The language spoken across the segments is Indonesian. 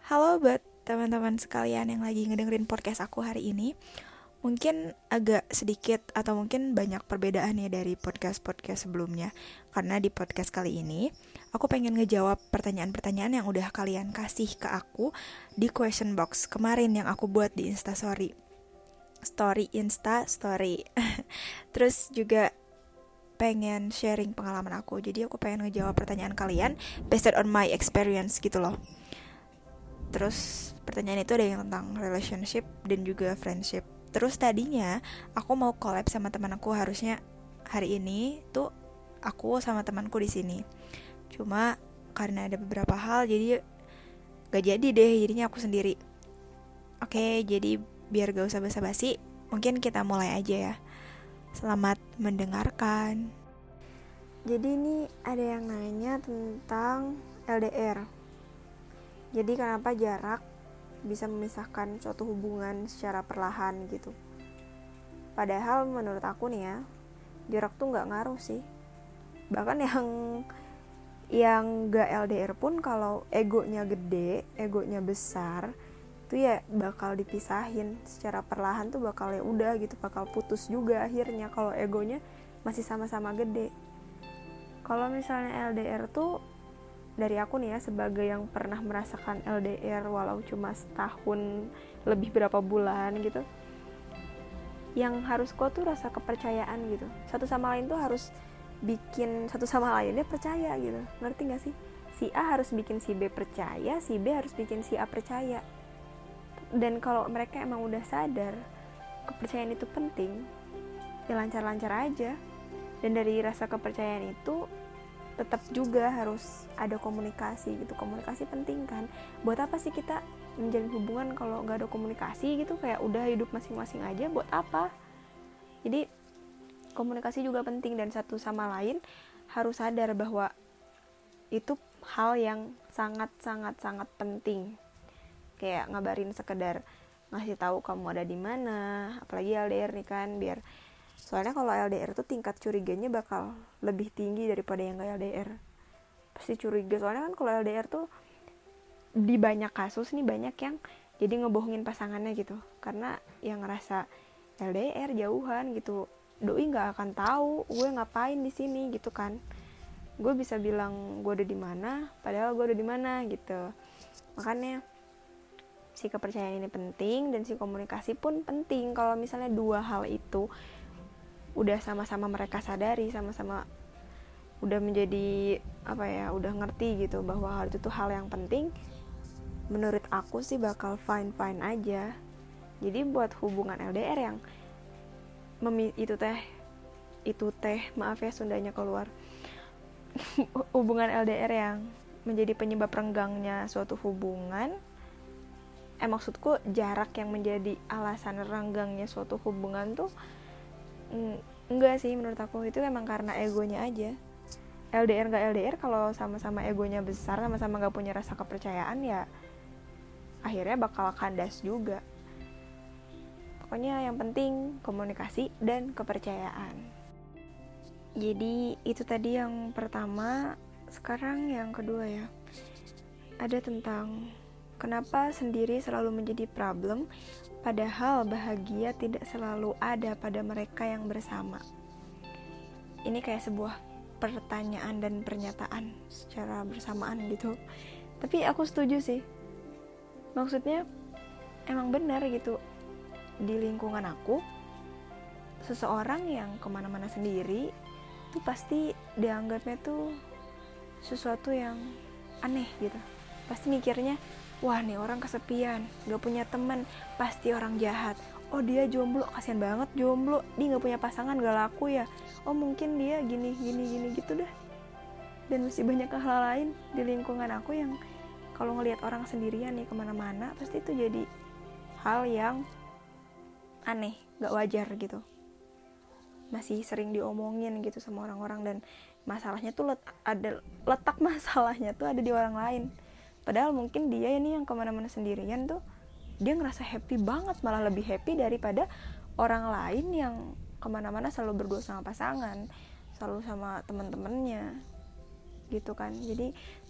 Halo buat teman-teman sekalian yang lagi ngedengerin podcast aku hari ini. Mungkin agak sedikit atau mungkin banyak perbedaan ya dari podcast-podcast sebelumnya. Karena di podcast kali ini, aku pengen ngejawab pertanyaan-pertanyaan yang udah kalian kasih ke aku di question box kemarin yang aku buat di Instastory. Instastory. Terus juga pengen sharing pengalaman aku. Jadi aku pengen ngejawab pertanyaan kalian based on my experience gitu loh. Terus pertanyaan itu ada yang tentang relationship dan juga friendship. Terus tadinya aku mau collab sama teman aku, harusnya hari ini tuh aku sama temanku di sini. Cuma karena ada beberapa hal jadi gak jadi deh, jadinya aku sendiri. Oke, jadi biar gak usah basa-basi, mungkin kita mulai aja ya. Selamat mendengarkan. Jadi ini ada yang nanya tentang LDR. Jadi kenapa jarak bisa memisahkan suatu hubungan secara perlahan gitu. Padahal menurut aku nih ya, jarak tuh gak ngaruh sih. Bahkan yang gak LDR pun kalau egonya gede, egonya besar, itu ya bakal dipisahin secara perlahan tuh, bakal ya udah gitu, bakal putus juga akhirnya kalau egonya masih sama-sama gede. Kalau misalnya LDR tuh, dari aku nih ya, sebagai yang pernah merasakan LDR walau cuma setahun lebih berapa bulan gitu, yang harus kuat tuh rasa kepercayaan gitu. Satu sama lain tuh harus bikin satu sama lainnya percaya gitu. Ngerti gak sih? Si A harus bikin si B percaya, si B harus bikin si A percaya. Dan kalau mereka emang udah sadar kepercayaan itu penting, ya lancar-lancar aja. Dan dari rasa kepercayaan itu tetap juga harus ada komunikasi gitu. Komunikasi penting kan. Buat apa sih kita menjalin hubungan kalau gak ada komunikasi gitu? Kayak udah hidup masing-masing aja, buat apa? Jadi komunikasi juga penting, dan satu sama lain harus sadar bahwa itu hal yang sangat penting. Kayak ngabarin sekedar ngasih tahu kamu ada di mana, apalagi LDR nih kan, biar soalnya kalau LDR tuh tingkat curiganya bakal lebih tinggi daripada yang gak LDR. Pasti curiga, soalnya kan kalau LDR tuh di banyak kasus nih banyak yang jadi ngebohongin pasangannya gitu. Karena yang ngerasa LDR jauhan gitu, doi gak akan tahu gue ngapain di sini gitu kan. Gue bisa bilang gue ada di mana, padahal gue ada di mana gitu. Makanya si kepercayaan ini penting, dan si komunikasi pun penting. Kalau misalnya dua hal itu udah sama-sama mereka sadari, sama-sama udah menjadi udah ngerti gitu bahwa hal itu tuh hal yang penting, menurut aku sih bakal fine aja. Jadi buat hubungan LDR yang itu teh maaf ya Sundanya keluar hubungan LDR yang menjadi penyebab renggangnya suatu hubungan, maksudku jarak yang menjadi alasan renggangnya suatu hubungan tuh enggak sih, menurut aku itu emang karena egonya aja. LDR gak LDR, kalau sama-sama egonya besar, sama-sama gak punya rasa kepercayaan, ya akhirnya bakal kandas juga. Pokoknya yang penting komunikasi dan kepercayaan. Jadi itu tadi yang pertama. Sekarang yang kedua ya, ada tentang kenapa sendiri selalu menjadi problem, padahal bahagia tidak selalu ada pada mereka yang bersama. Ini kayak sebuah pertanyaan dan pernyataan secara bersamaan gitu. Tapi aku setuju sih. Maksudnya emang benar gitu. Di lingkungan aku, seseorang yang kemana-mana sendiri tuh pasti dianggapnya tuh sesuatu yang aneh gitu. Pasti mikirnya, wah nih orang kesepian, gak punya teman, pasti orang jahat. Oh dia jomblo, kasian banget jomblo, dia gak punya pasangan, gak laku ya. Oh mungkin dia gini gitu dah. Dan masih banyak hal lain di lingkungan aku yang kalau ngelihat orang sendirian nih kemana-mana, pasti itu jadi hal yang aneh, gak wajar gitu. Masih sering diomongin gitu sama orang-orang, dan masalahnya tuh letak masalahnya tuh ada di orang lain. Padahal mungkin dia ini yang kemana-mana sendirian tuh dia ngerasa happy banget, malah lebih happy daripada orang lain yang kemana-mana selalu berdua sama pasangan, selalu sama teman-temannya gitu kan. Jadi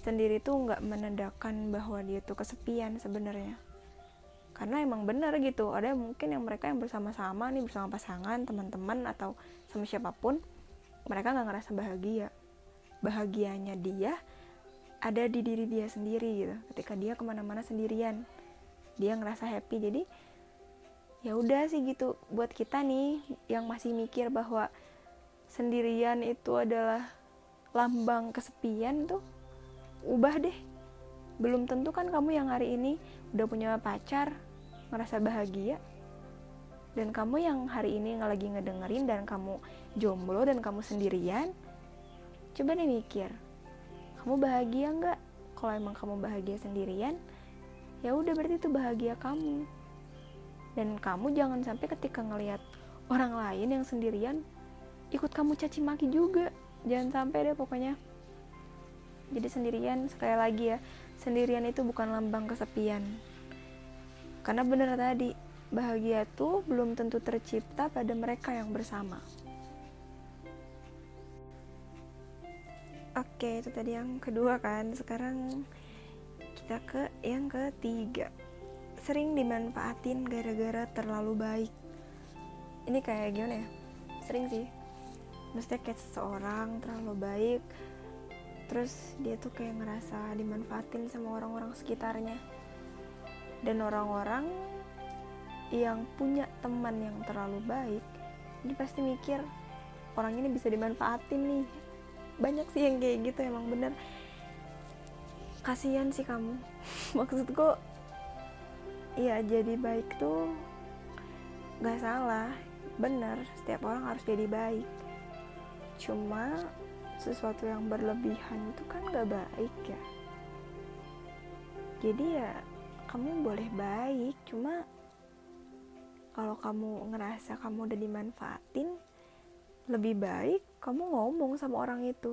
sendiri tuh nggak menandakan bahwa dia tuh kesepian sebenarnya. Karena emang bener gitu, ada mungkin yang mereka yang bersama-sama nih, bersama pasangan, teman-teman, atau sama siapapun, mereka gak ngerasa bahagia. Bahagianya dia ada di diri dia sendiri gitu. Ketika dia kemana-mana sendirian, dia ngerasa happy. Jadi ya udah sih gitu, buat kita nih yang masih mikir bahwa sendirian itu adalah lambang kesepian tuh, ubah deh. Belum tentu kan kamu yang hari ini udah punya pacar ngerasa bahagia, dan kamu yang hari ini lagi ngedengerin dan kamu jomblo dan kamu sendirian, coba deh mikir, kamu bahagia nggak? Kalau emang kamu bahagia sendirian, ya udah berarti itu bahagia kamu. Dan kamu jangan sampai ketika ngelihat orang lain yang sendirian ikut kamu caci maki juga, jangan sampai deh pokoknya. Jadi sendirian, sekali lagi ya, sendirian itu bukan lambang kesepian. Karena benar tadi, bahagia tuh belum tentu tercipta pada mereka yang bersama. Oke, itu tadi yang kedua kan. Sekarang kita ke yang ketiga. Sering dimanfaatin gara-gara terlalu baik. Ini kayak gimana ya? Sering sih. Maksudnya kayak seseorang terlalu baik, terus dia tuh kayak ngerasa dimanfaatin sama orang-orang sekitarnya. Dan orang-orang yang punya teman yang terlalu baik, dia pasti mikir orang ini bisa dimanfaatin nih. Banyak sih yang kayak gitu, emang bener. Kasian sih kamu. Maksudku, ya jadi baik tuh gak salah, bener, setiap orang harus jadi baik. Cuma sesuatu yang berlebihan itu kan gak baik ya. Jadi ya kamu boleh baik, cuma kalau kamu ngerasa kamu udah dimanfaatin, lebih baik kamu ngomong sama orang itu.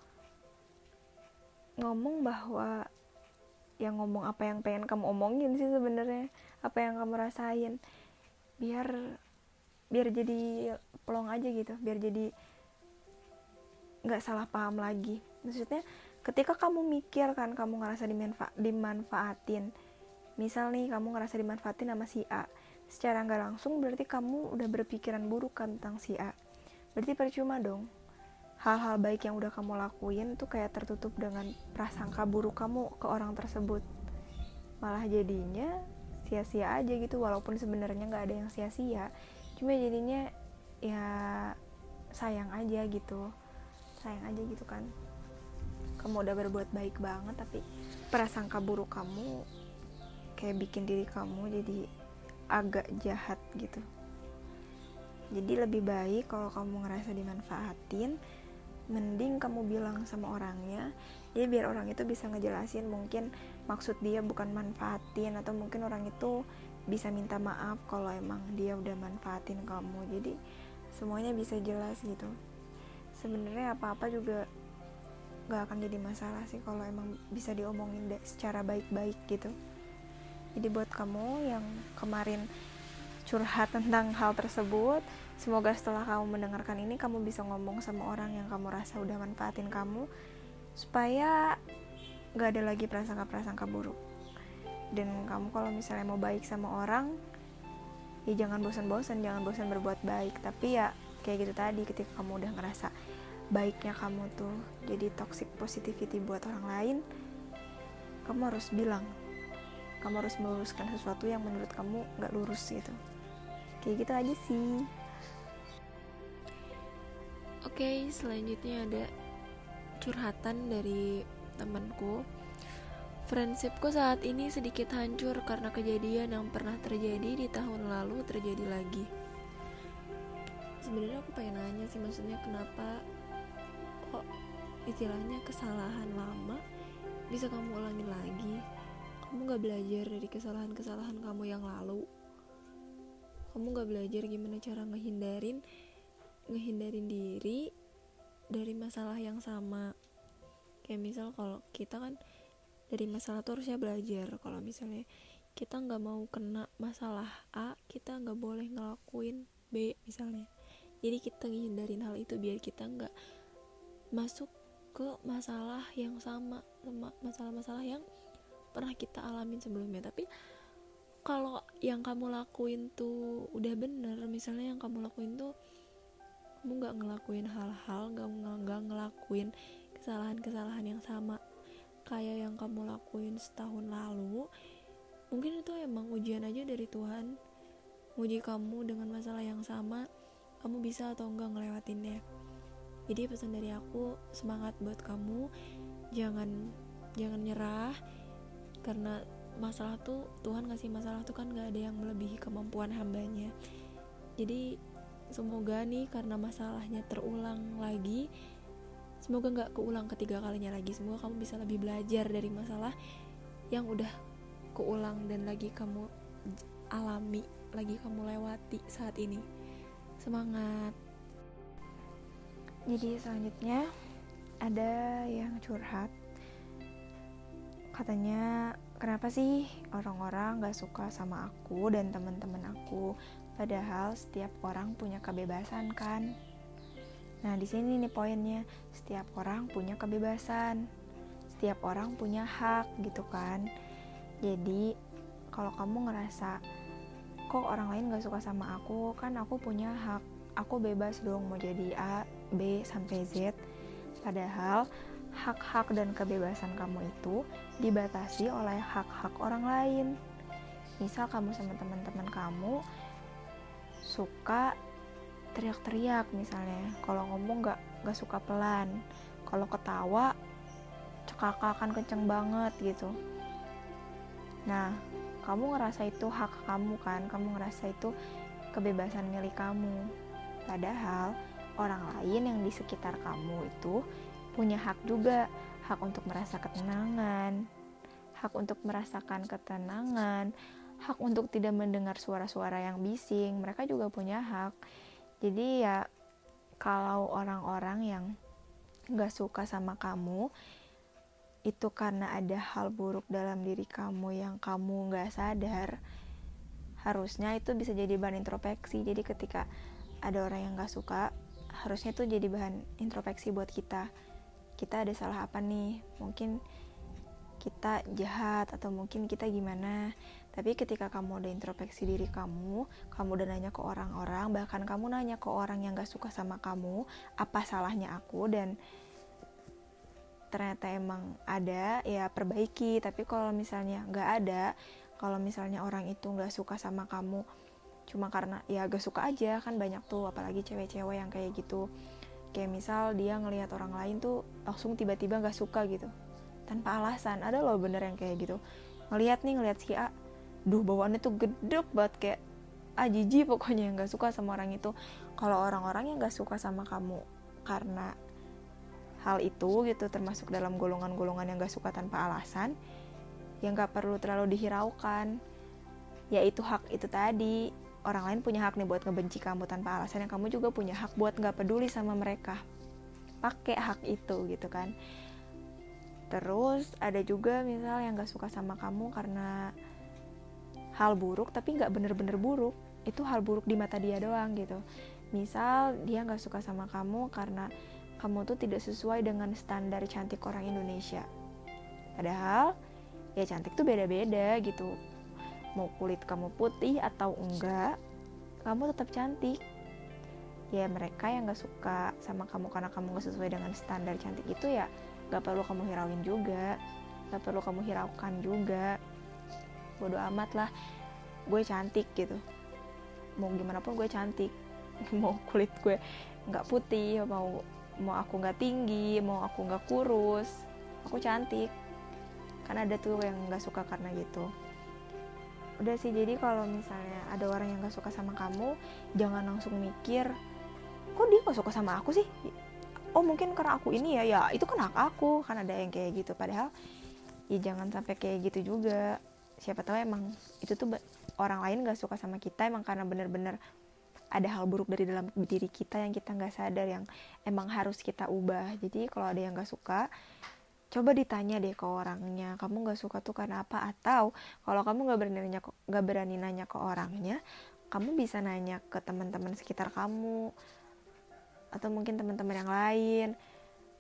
Ngomong bahwa, ya ngomong apa yang pengen kamu omongin sih sebenarnya, apa yang kamu rasain, biar jadi plong aja gitu, biar jadi nggak salah paham lagi. Maksudnya ketika kamu mikir kan kamu ngerasa dimanfaatin, misal nih kamu ngerasa dimanfaatin sama si A, secara nggak langsung berarti kamu udah berpikiran buruk kan tentang si A. Berarti percuma dong. Hal-hal baik yang udah kamu lakuin tuh kayak tertutup dengan prasangka buruk kamu ke orang tersebut. Malah jadinya sia-sia aja gitu, walaupun sebenarnya nggak ada yang sia-sia. Cuma jadinya ya sayang aja gitu kan. Kamu udah berbuat baik banget, tapi prasangka buruk kamu kayak bikin diri kamu jadi agak jahat gitu. Jadi lebih baik kalau kamu ngerasa dimanfaatin, mending kamu bilang sama orangnya, jadi biar orang itu bisa ngejelasin mungkin maksud dia bukan manfaatin, atau mungkin orang itu bisa minta maaf kalau emang dia udah manfaatin kamu. Jadi semuanya bisa jelas gitu. Sebenarnya apa-apa juga gak akan jadi masalah sih kalau emang bisa diomongin secara baik-baik gitu. Jadi buat kamu yang kemarin curhat tentang hal tersebut, semoga setelah kamu mendengarkan ini kamu bisa ngomong sama orang yang kamu rasa udah manfaatin kamu, supaya gak ada lagi prasangka-prasangka buruk. Dan kamu kalau misalnya mau baik sama orang, ya jangan bosan-bosan berbuat baik. Tapi ya kayak gitu tadi, ketika kamu udah ngerasa baiknya kamu tuh jadi toxic positivity buat orang lain, kamu harus bilang, kamu harus meluruskan sesuatu yang menurut kamu gak lurus gitu. Kayak gitu aja sih. Oke, selanjutnya ada curhatan dari temanku. Friendshipku saat ini sedikit hancur karena kejadian yang pernah terjadi di tahun lalu terjadi lagi. Sebenarnya aku pengen nanya sih, maksudnya kenapa kok istilahnya kesalahan lama bisa kamu ulangin lagi? Kamu gak belajar dari kesalahan-kesalahan kamu yang lalu? Kamu gak belajar gimana cara ngehindarin diri dari masalah yang sama? Kayak misal kalau kita kan dari masalah tuh harusnya belajar. Kalau misalnya kita gak mau kena masalah A, kita gak boleh ngelakuin B misalnya. Jadi kita ngehindarin hal itu biar kita gak masuk ke masalah yang sama masalah-masalah yang pernah kita alamin sebelumnya. Tapi kalau yang kamu lakuin tuh udah bener, misalnya yang kamu lakuin tuh kamu nggak ngelakuin hal-hal, nggak ngelakuin kesalahan-kesalahan yang sama kayak yang kamu lakuin setahun lalu, mungkin itu emang ujian aja dari Tuhan, uji kamu dengan masalah yang sama, kamu bisa atau enggak ngelewatinnya. Jadi pesan dari aku, semangat buat kamu, jangan nyerah, karena masalah tuh, Tuhan ngasih masalah tuh kan gak ada yang melebihi kemampuan hambanya. Jadi semoga nih, karena masalahnya terulang lagi, semoga gak keulang ketiga kalinya lagi. Semoga kamu bisa lebih belajar dari masalah yang udah keulang dan lagi kamu alami, lagi kamu lewati saat ini. Semangat. Jadi selanjutnya ada yang curhat, katanya kenapa sih orang-orang gak suka sama aku dan teman-teman aku, padahal setiap orang punya kebebasan kan. Nah di sini nih poinnya, setiap orang punya kebebasan, setiap orang punya hak gitu kan. Jadi kalau kamu ngerasa kok orang lain gak suka sama aku, kan aku punya hak, aku bebas dong mau jadi A, B, sampai Z. Padahal hak-hak dan kebebasan kamu itu dibatasi oleh hak-hak orang lain. Misal kamu sama teman-teman kamu suka teriak-teriak misalnya, kalau ngomong gak suka pelan, kalau ketawa cekakakan kenceng banget gitu. Nah kamu ngerasa itu hak kamu kan, kamu ngerasa itu kebebasan milik kamu. Padahal orang lain yang di sekitar kamu itu punya hak juga, hak untuk merasa ketenangan, hak untuk merasakan ketenangan, hak untuk tidak mendengar suara-suara yang bising. Mereka juga punya hak. Jadi ya kalau orang-orang yang gak suka sama kamu itu karena ada hal buruk dalam diri kamu yang kamu gak sadar, harusnya itu bisa jadi bahan introspeksi. Jadi ketika ada orang yang gak suka, harusnya itu jadi bahan introspeksi buat kita ada salah apa nih, mungkin kita jahat atau mungkin kita gimana. Tapi ketika kamu udah introspeksi diri kamu udah nanya ke orang-orang, bahkan kamu nanya ke orang yang gak suka sama kamu, apa salahnya aku, dan ternyata emang ada, ya perbaiki. Tapi kalau misalnya gak ada, kalau misalnya orang itu gak suka sama kamu cuma karena ya gak suka aja, kan banyak tuh apalagi cewek-cewek yang kayak gitu. Kayak misal dia ngelihat orang lain tuh langsung tiba-tiba gak suka gitu tanpa alasan. Ada loh bener yang kayak gitu, ngelihat si A, bawaannya tuh gedek banget, kayak jijik pokoknya, yang gak suka sama orang itu. Kalau orang-orang yang gak suka sama kamu karena hal itu gitu, termasuk dalam golongan-golongan yang gak suka tanpa alasan, yang gak perlu terlalu dihiraukan. Yaitu hak itu tadi, orang lain punya hak nih buat ngebenci kamu tanpa alasan, yang kamu juga punya hak buat gak peduli sama mereka. Pakai hak itu gitu kan. Terus ada juga misal yang gak suka sama kamu karena hal buruk, tapi gak bener-bener buruk, itu hal buruk di mata dia doang gitu. Misal dia gak suka sama kamu karena kamu tuh tidak sesuai dengan standar cantik orang Indonesia. Padahal ya cantik tuh beda-beda gitu, mau kulit kamu putih atau enggak, kamu tetap cantik. Ya mereka yang gak suka sama kamu karena kamu gak sesuai dengan standar cantik itu, ya gak perlu kamu hirauin juga, gak perlu kamu hiraukan juga. Bodo amat lah, gue cantik gitu, mau gimana pun gue cantik. Mau kulit gue gak putih, mau aku gak tinggi, mau aku gak kurus, aku cantik. Kan ada tuh yang gak suka karena gitu. Udah sih, jadi kalau misalnya ada orang yang gak suka sama kamu, jangan langsung mikir, kok dia gak suka sama aku sih? Oh mungkin karena aku ini ya itu kan hak aku. Kan ada yang kayak gitu. Padahal ya jangan sampai kayak gitu juga. Siapa tahu emang itu tuh orang lain gak suka sama kita emang karena bener-bener ada hal buruk dari dalam diri kita yang kita gak sadar, yang emang harus kita ubah. Jadi kalau ada yang gak suka, coba ditanya deh ke orangnya, kamu gak suka tuh karena apa? Atau kalau kamu gak berani nanya ke orangnya, kamu bisa nanya ke teman-teman sekitar kamu, atau mungkin teman-teman yang lain.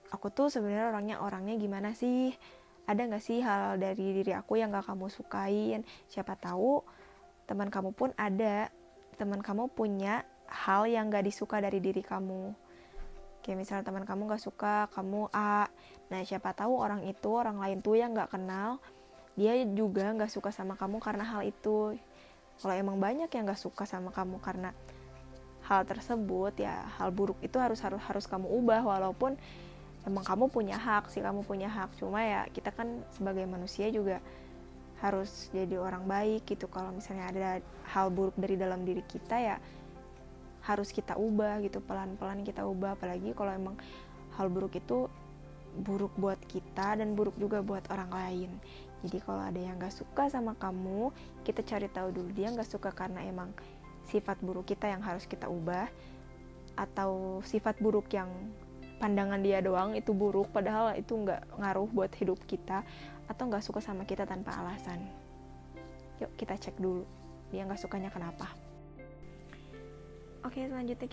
aku tuh sebenarnya orangnya gimana sih, ada nggak sih hal dari diri aku yang nggak kamu sukain. Siapa tahu teman kamu pun ada, teman kamu punya hal yang nggak disuka dari diri kamu. Kayak misalnya teman kamu nggak suka kamu A, nah siapa tahu orang lain tuh yang nggak kenal, dia juga nggak suka sama kamu karena hal itu. Kalau emang banyak yang nggak suka sama kamu karena hal tersebut, ya hal buruk itu harus kamu ubah. Walaupun emang kamu punya hak sih, cuma ya kita kan sebagai manusia juga harus jadi orang baik gitu. Kalau misalnya ada hal buruk dari dalam diri kita, ya harus kita ubah gitu, pelan-pelan kita ubah. Apalagi kalau emang hal buruk itu buruk buat kita dan buruk juga buat orang lain. Jadi kalau ada yang gak suka sama kamu, kita cari tahu dulu dia gak suka karena emang sifat buruk kita yang harus kita ubah, atau sifat buruk yang pandangan dia doang itu buruk padahal itu gak ngaruh buat hidup kita, atau gak suka sama kita tanpa alasan. Yuk kita cek dulu dia gak sukanya kenapa. Oke, selanjutnya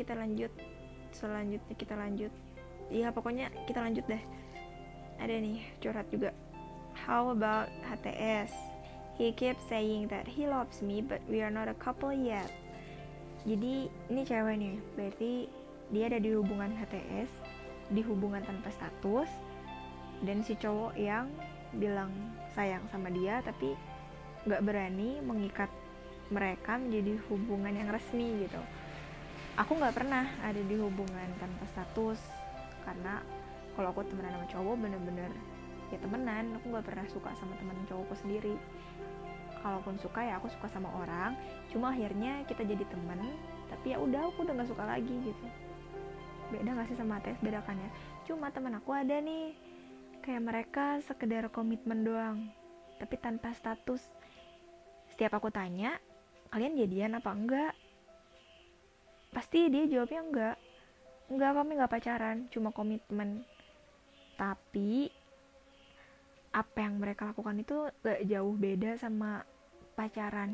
kita lanjut. Iya pokoknya kita lanjut deh. Ada nih curhat juga. How about HTS? He keeps saying that he loves me but we are not a couple yet. Jadi ini cewek nih, berarti dia ada di hubungan HTS, di hubungan tanpa status, dan si cowok yang bilang sayang sama dia tapi gak berani mengikat mereka menjadi hubungan yang resmi gitu. Aku gak pernah ada di hubungan tanpa status, karena kalau aku temenan sama cowok bener-bener ya temenan. Aku gak pernah suka sama teman cowokku sendiri. Kalaupun suka ya aku suka sama orang, cuma akhirnya kita jadi teman, tapi ya udah aku udah gak suka lagi gitu. Beda gak sih sama HTS? Beda kan ya. Cuma teman aku ada nih, kayak mereka sekedar komitmen doang tapi tanpa status. Setiap aku tanya, kalian jadian apa enggak, pasti dia jawabnya enggak, kami gak pacaran, cuma komitmen. Tapi apa yang mereka lakukan itu gak jauh beda sama pacaran.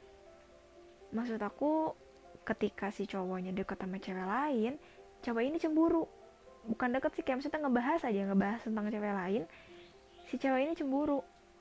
Maksud aku, ketika si cowoknya deket sama cewek lain, cowok ini cemburu. Bukan deket sih, kayak maksudnya ngebahas tentang cewek lain, si cewek ini cemburu.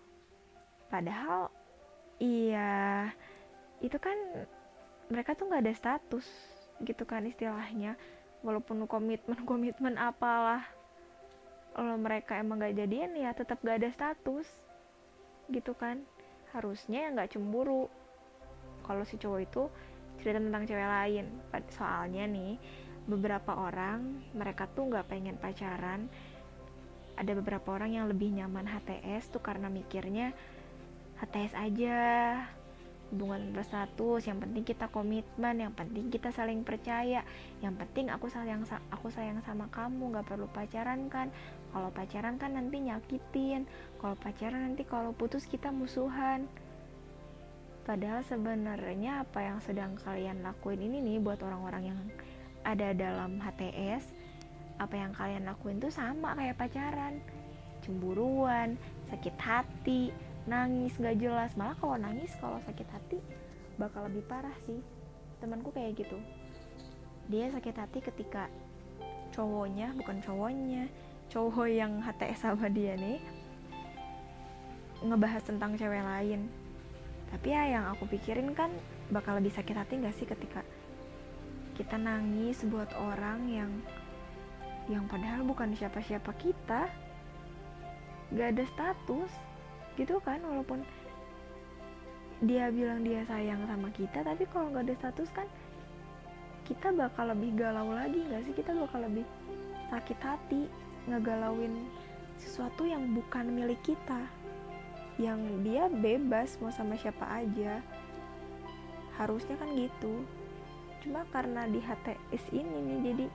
Padahal iya, itu kan mereka tuh gak ada status gitu kan istilahnya. Walaupun komitmen apalah, kalau mereka emang gak jadian ya tetap gak ada status gitu kan. Harusnya gak cemburu kalau si cowok itu cerita tentang cewek lain. Soalnya nih, beberapa orang mereka tuh gak pengen pacaran. Ada beberapa orang yang lebih nyaman HTS tuh karena mikirnya HTS aja, hubungan berstatus, yang penting kita komitmen, yang penting kita saling percaya, yang penting aku sayang sama kamu, gak perlu pacaran kan. Kalau pacaran kan nanti nyakitin, kalau pacaran nanti kalau putus kita musuhan. Padahal sebenarnya apa yang sedang kalian lakuin ini nih, buat orang-orang yang ada dalam HTS, apa yang kalian lakuin tuh sama kayak pacaran. Cemburuan, sakit hati, nangis gak jelas. Malah kalau nangis, kalau sakit hati bakal lebih parah sih. Temanku kayak gitu, dia sakit hati ketika cowok yang HTS sama dia nih ngebahas tentang cewek lain. Tapi ya yang aku pikirin kan, bakal lebih sakit hati gak sih ketika kita nangis buat orang yang padahal bukan siapa-siapa kita, gak ada status gitu kan. Walaupun dia bilang dia sayang sama kita, tapi kalau gak ada status kan kita bakal lebih galau lagi gak sih? Kita bakal lebih sakit hati ngegalauin sesuatu yang bukan milik kita, yang dia bebas mau sama siapa aja. Harusnya kan gitu. Cuma karena di HTS ini nih, jadi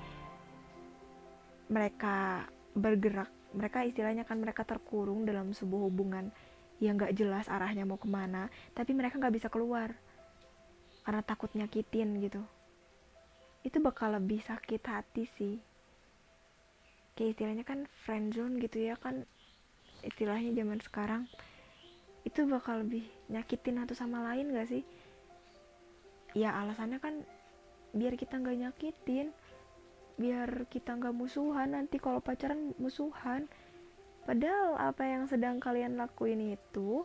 mereka bergerak, mereka istilahnya kan mereka terkurung dalam sebuah hubungan yang gak jelas arahnya mau kemana, tapi mereka gak bisa keluar karena takut nyakitin gitu. Itu bakal lebih sakit hati sih. Kayak istilahnya kan friendzone gitu ya kan, istilahnya zaman sekarang. Itu bakal lebih nyakitin satu sama lain gak sih? Ya alasannya kan biar kita gak nyakitin, biar kita nggak musuhan nanti kalau pacaran musuhan. Padahal apa yang sedang kalian lakuin itu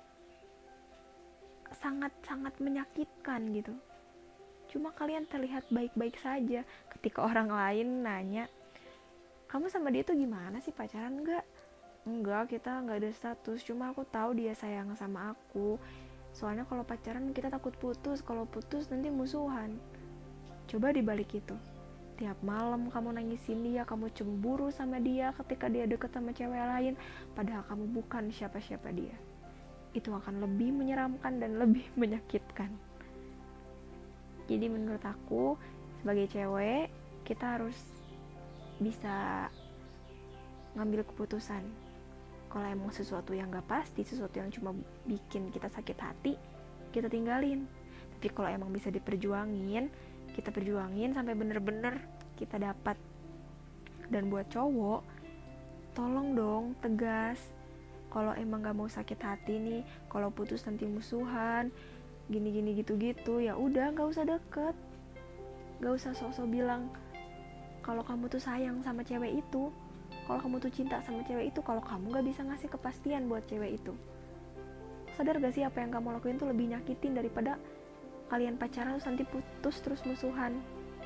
sangat-sangat menyakitkan gitu. Cuma kalian terlihat baik-baik saja. Ketika orang lain nanya, kamu sama dia tuh gimana sih, pacaran nggak? Enggak, kita nggak ada status, cuma aku tahu dia sayang sama aku. Soalnya kalau pacaran kita takut putus, kalau putus nanti musuhan. Coba dibalik itu, tiap malam kamu nangisin dia, kamu cemburu sama dia ketika dia deket sama cewek lain, padahal kamu bukan siapa-siapa dia. Itu akan lebih menyeramkan dan lebih menyakitkan. Jadi menurut aku, sebagai cewek, kita harus bisa ngambil keputusan. Kalau emang sesuatu yang gak pasti, sesuatu yang cuma bikin kita sakit hati, kita tinggalin. Tapi kalau emang bisa diperjuangin, kita perjuangin sampai bener-bener kita dapat. Dan buat cowok, tolong dong tegas. Kalau emang gak mau sakit hati nih, kalau putus nanti musuhan, gini-gini gitu-gitu, ya udah gak usah deket. Gak usah sok-sok bilang kalau kamu tuh sayang sama cewek itu, kalau kamu tuh cinta sama cewek itu, kalau kamu gak bisa ngasih kepastian buat cewek itu. Sadar gak sih apa yang kamu lakuin tuh lebih nyakitin daripada kalian pacaran terus nanti putus terus musuhan.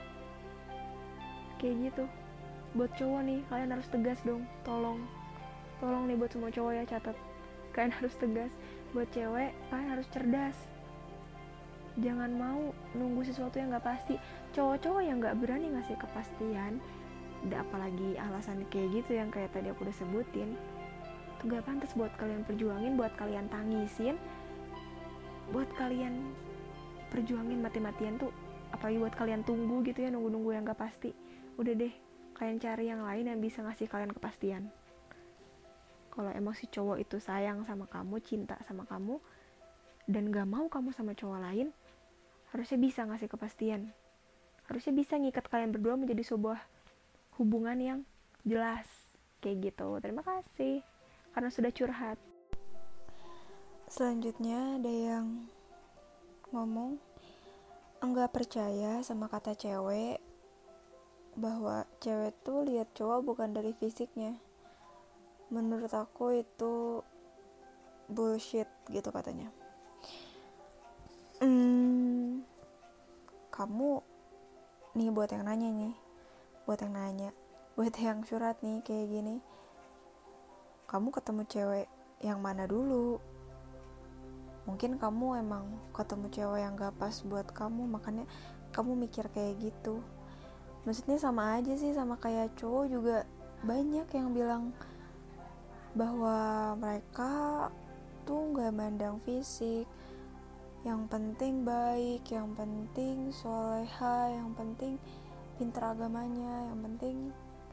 Kayak gitu. Buat cowok nih, kalian harus tegas dong. Tolong nih buat semua cowok ya, catat, kalian harus tegas. Buat cewek, kalian harus cerdas. Jangan mau nunggu sesuatu yang gak pasti. Cowok-cowok yang gak berani ngasih kepastian, apalagi alasan kayak gitu yang kayak tadi aku udah sebutin, itu gak pantas buat kalian perjuangin, buat kalian tangisin, buat kalian perjuangin mati-matian tuh. Apalagi buat kalian tunggu gitu ya, nunggu-nunggu yang gak pasti. Udah deh, kalian cari yang lain yang bisa ngasih kalian kepastian. Kalau emang si cowok itu sayang sama kamu, cinta sama kamu, dan gak mau kamu sama cowok lain, harusnya bisa ngasih kepastian. Harusnya bisa ngikat kalian berdua menjadi sebuah hubungan yang jelas. Kayak gitu. Terima kasih karena sudah curhat. Selanjutnya ada yang ngomong enggak percaya sama kata cewek bahwa cewek tuh lihat cowok bukan dari fisiknya. Menurut aku itu bullshit gitu katanya. Kamu nih, buat yang nanya, buat yang surat nih kayak gini, kamu ketemu cewek yang mana dulu? Mungkin kamu emang ketemu cewek yang gak pas buat kamu, makanya kamu mikir kayak gitu. Maksudnya sama aja sih, sama kayak cowok juga banyak yang bilang bahwa mereka tuh gak mandang fisik, yang penting baik, yang penting soleha, yang penting pintar agamanya, yang penting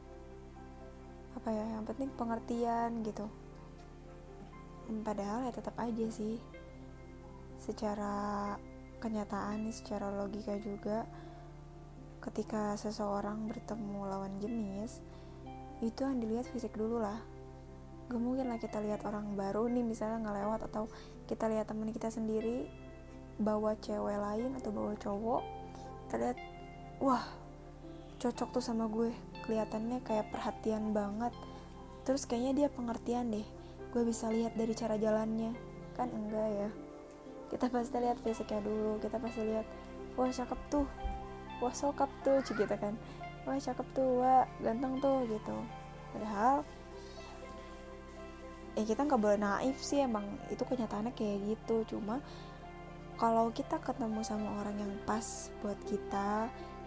yang penting pengertian gitu. Padahal ya tetap aja sih, secara kenyataan nih, secara logika juga, ketika seseorang bertemu lawan jenis, itu yang dilihat fisik dulu lah. Gak mungkin lah kita lihat orang baru nih misalnya ngelewat, atau kita lihat teman kita sendiri bawa cewek lain atau bawa cowok, kita lihat, wah cocok tuh sama gue, kelihatannya kayak perhatian banget, terus kayaknya dia pengertian deh, gue bisa lihat dari cara jalannya. Kan enggak ya, kita pasti lihat fisiknya dulu. Kita pasti lihat, wah cakep tuh, wah sokap tuh gitu kan, wah cakep tuh, wah ganteng tuh gitu. Padahal kita nggak boleh naif sih, emang itu kenyataannya kayak gitu. Cuma kalau kita ketemu sama orang yang pas buat kita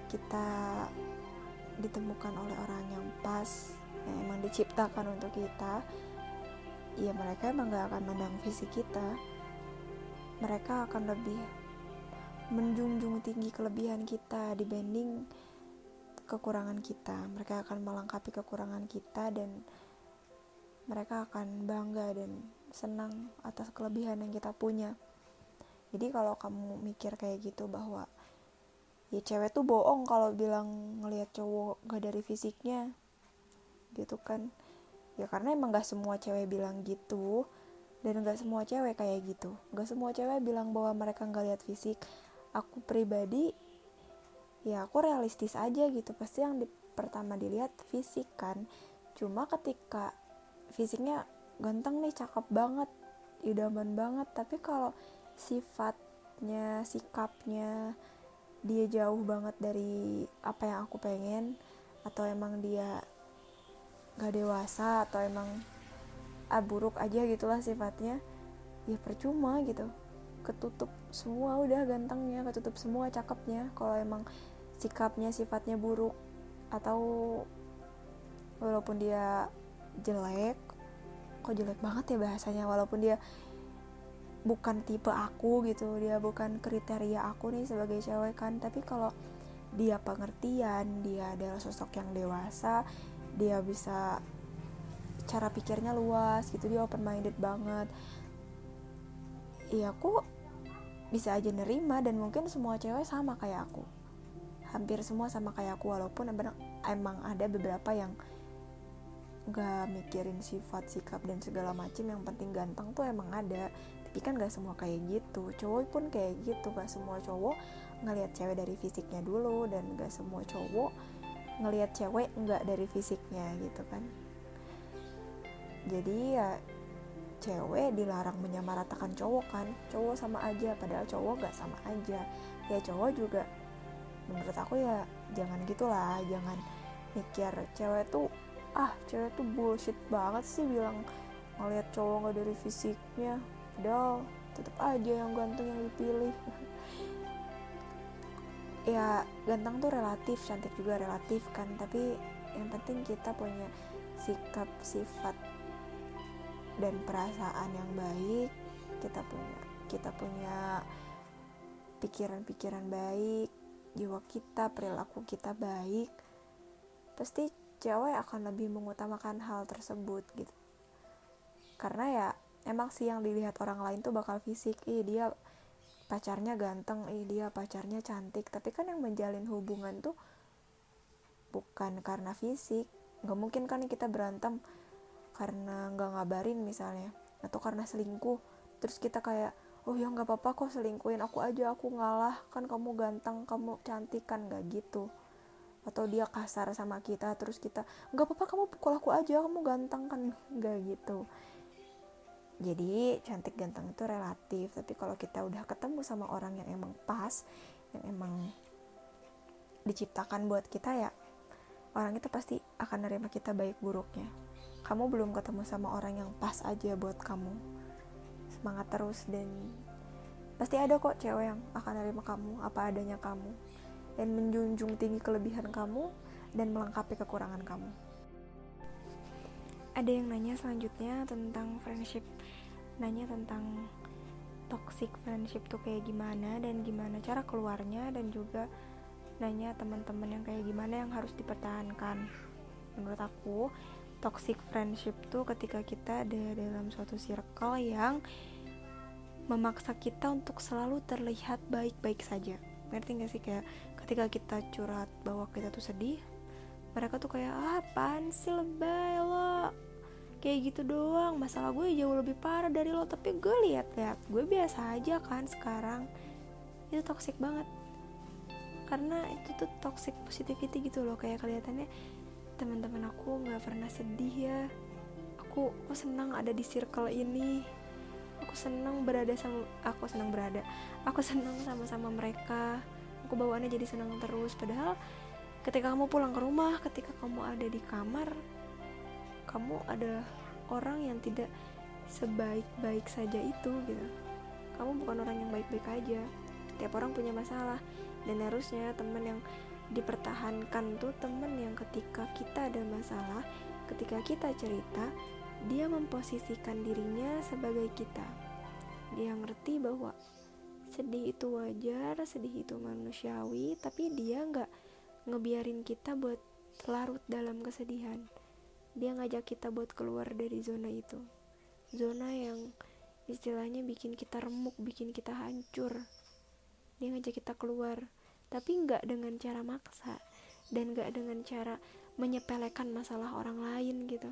ditemukan oleh orang yang pas, yang emang diciptakan untuk kita, ya mereka emang gak akan mandang fisik kita. Mereka akan lebih menjunjung tinggi kelebihan kita dibanding kekurangan kita. Mereka akan melengkapi kekurangan kita, dan mereka akan bangga dan senang atas kelebihan yang kita punya. Jadi kalau kamu mikir kayak gitu, bahwa ya cewek tuh bohong kalau bilang ngelihat cowok gak dari fisiknya gitu kan, ya karena emang gak semua cewek bilang gitu, dan gak semua cewek kayak gitu. Gak semua cewek bilang bahwa mereka gak lihat fisik. Aku pribadi, ya aku realistis aja gitu, pasti yang pertama dilihat fisik kan. Cuma ketika fisiknya ganteng nih, cakep banget, idaman banget, tapi kalau sifatnya, sikapnya dia jauh banget dari apa yang aku pengen, atau emang dia gak dewasa, atau emang buruk aja gitulah sifatnya, ya percuma gitu, ketutup semua udah gantengnya, ketutup semua cakepnya kalau emang sikapnya, sifatnya buruk. Atau walaupun dia jelek, kok jelek banget ya bahasanya, walaupun dia bukan tipe aku gitu, dia bukan kriteria aku nih sebagai cewek kan, tapi kalau dia pengertian, dia adalah sosok yang dewasa, dia bisa, cara pikirnya luas gitu, dia open minded banget, ya aku bisa aja nerima. Dan mungkin semua cewek sama kayak aku, hampir semua sama kayak aku, walaupun emang ada beberapa yang gak mikirin sifat, sikap, dan segala macem, yang penting ganteng tuh emang ada. Tapi kan gak semua kayak gitu, cowok pun kayak gitu, gak semua cowok ngelihat cewek dari fisiknya dulu, dan gak semua cowok ngelihat cewek gak dari fisiknya gitu kan. Jadi ya cewek dilarang menyamaratakan cowok kan, cowok sama aja, padahal cowok gak sama aja. Ya cowok juga menurut aku ya jangan gitulah, jangan mikir cewek tuh bullshit banget sih bilang ngelihat cowok gak dari fisiknya, padahal tetap aja yang ganteng yang dipilih. Ya ganteng tuh relatif, cantik juga relatif kan, tapi yang penting kita punya sikap, sifat, dan perasaan yang baik, kita punya pikiran-pikiran baik, jiwa kita, perilaku kita baik, pasti cewek akan lebih mengutamakan hal tersebut gitu. Karena ya emang sih yang dilihat orang lain tuh bakal fisik, dia pacarnya ganteng, dia pacarnya cantik, tapi kan yang menjalin hubungan tuh bukan karena fisik. Gak mungkin kan kita berantem karena gak ngabarin misalnya, atau karena selingkuh terus kita kayak, oh ya gak apa-apa kok selingkuhin aku aja, aku ngalah, kan kamu ganteng, kamu cantik, kan gak gitu. Atau dia kasar sama kita terus kita, gak apa-apa kamu pukul aku aja, kamu ganteng, kan gak gitu. Jadi cantik ganteng itu relatif, tapi kalau kita udah ketemu sama orang yang emang pas, yang emang diciptakan buat kita, ya orang itu pasti akan nerima kita baik buruknya. Kamu belum ketemu sama orang yang pas aja buat kamu, semangat terus, dan pasti ada kok cewek yang akan nerima kamu apa adanya kamu, dan menjunjung tinggi kelebihan kamu dan melengkapi kekurangan kamu. Ada yang nanya selanjutnya tentang friendship, nanya tentang toxic friendship tuh kayak gimana dan gimana cara keluarnya, dan juga nanya teman-teman yang kayak gimana yang harus dipertahankan. Menurut aku toxic friendship tuh ketika kita ada dalam suatu circle yang memaksa kita untuk selalu terlihat baik-baik saja. Ngerti gak sih, kayak ketika kita curhat bahwa kita tuh sedih, mereka tuh kayak, apaan sih lebay lo, kayak gitu doang, masalah gue jauh lebih parah dari lo, tapi gue lihat-lihat gue biasa aja kan sekarang. Itu toxic banget, karena itu tuh toxic positivity gitu loh, kayak kelihatannya teman-teman aku nggak pernah sedih ya, aku senang ada di circle ini, aku senang sama-sama mereka, aku bawaannya jadi senang terus. Padahal ketika kamu pulang ke rumah, ketika kamu ada di kamar, kamu ada orang yang tidak sebaik-baik saja itu gitu. Kamu bukan orang yang baik-baik aja. Tiap orang punya masalah, dan harusnya teman yang dipertahankan tuh teman yang ketika kita ada masalah, ketika kita cerita, dia memposisikan dirinya sebagai kita. Dia ngerti bahwa sedih itu wajar, sedih itu manusiawi, tapi dia gak ngebiarin kita buat larut dalam kesedihan. Dia ngajak kita buat keluar dari zona itu, zona yang istilahnya bikin kita remuk, bikin kita hancur. Dia ngajak kita keluar, tapi gak dengan cara maksa, dan gak dengan cara menyepelekan masalah orang lain gitu.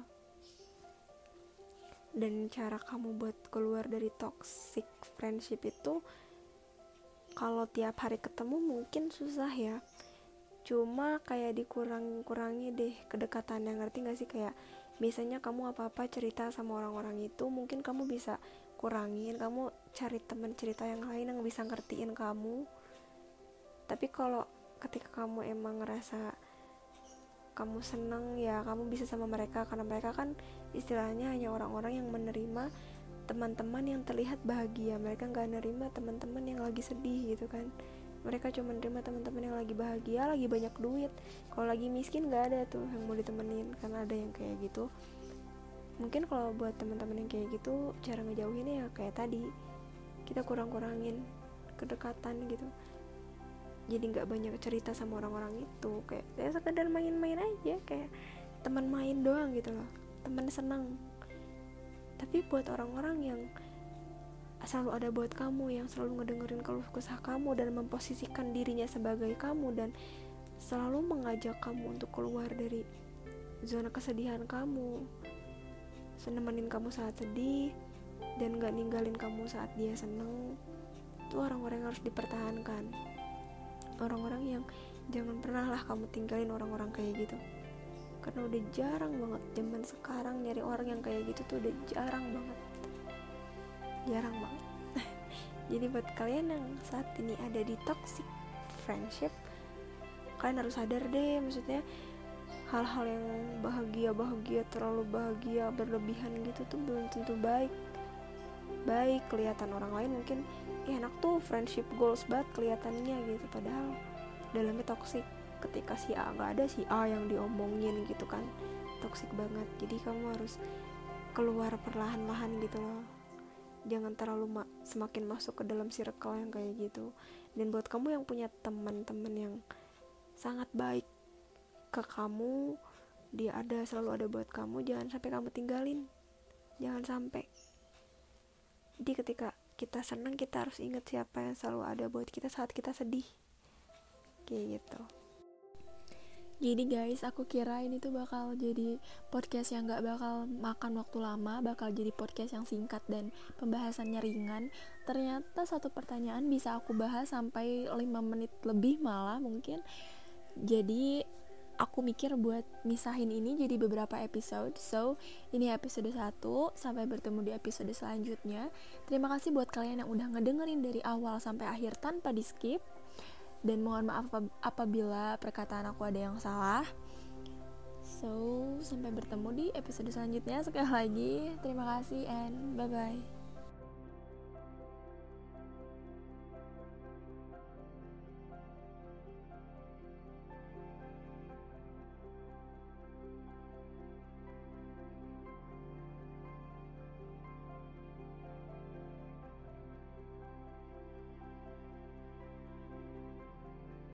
Dan cara kamu buat keluar dari toxic friendship itu, kalau tiap hari ketemu mungkin susah ya, Cuma kayak dikurang-kurangi deh kedekatannya, ngerti gak sih? Kayak biasanya kamu apa-apa cerita sama orang-orang itu, mungkin kamu bisa kurangin, kamu cari teman cerita yang lain yang bisa ngertiin kamu. Tapi kalau ketika kamu emang ngerasa kamu seneng, ya kamu bisa sama mereka, karena mereka kan istilahnya hanya orang-orang yang menerima teman-teman yang terlihat bahagia. Mereka gak nerima teman-teman yang lagi sedih gitu kan. Mereka cuma nerima teman-teman yang lagi bahagia, lagi banyak duit. Kalau lagi miskin gak ada tuh yang mau ditemenin, karena ada yang kayak gitu. Mungkin kalau buat teman-teman yang kayak gitu, cara ngejauhinnya ya kayak tadi, kita kurang-kurangin kedekatan gitu. Jadi nggak banyak cerita sama orang-orang itu, kayak ya sekedar main-main aja, kayak teman main doang gitu loh, teman senang. Tapi buat orang-orang yang selalu ada buat kamu, yang selalu ngedengerin keluh kesah kamu dan memposisikan dirinya sebagai kamu, dan selalu mengajak kamu untuk keluar dari zona kesedihan kamu, nemenin kamu saat sedih dan gak ninggalin kamu saat dia seneng, itu orang-orang yang harus dipertahankan. Orang-orang yang jangan pernah lah kamu tinggalin orang-orang kayak gitu, karena udah jarang banget zaman sekarang nyari orang yang kayak gitu tuh udah jarang banget. Jadi buat kalian yang saat ini ada di toxic friendship, kalian harus sadar deh, maksudnya hal-hal yang bahagia terlalu bahagia berlebihan gitu tuh belum tentu baik. Kelihatan orang lain mungkin enak tuh, friendship goals banget kelihatannya gitu, padahal dalamnya toxic. Ketika si A gak ada, si A yang diomongin gitu kan, toxic banget. Jadi kamu harus keluar perlahan-lahan gitu loh, jangan terlalu semakin masuk ke dalam circle yang kayak gitu. Dan buat kamu yang punya teman-teman yang sangat baik ke kamu, dia selalu ada buat kamu, jangan sampai kamu tinggalin, jangan sampai. Jadi ketika kita senang, kita harus ingat siapa yang selalu ada buat kita saat kita sedih, kayak gitu. Jadi guys, aku kira ini tuh bakal jadi podcast yang gak bakal makan waktu lama, bakal jadi podcast yang singkat dan pembahasannya ringan. Ternyata satu pertanyaan bisa aku bahas sampai 5 menit lebih malah mungkin. Jadi aku mikir buat misahin ini jadi beberapa episode. So, ini episode 1, sampai bertemu di episode selanjutnya. Terima kasih buat kalian yang udah ngedengerin dari awal sampai akhir tanpa di skip. Dan mohon maaf apabila perkataan aku ada yang salah. So, sampai bertemu di episode selanjutnya. Sekali lagi, terima kasih and bye-bye.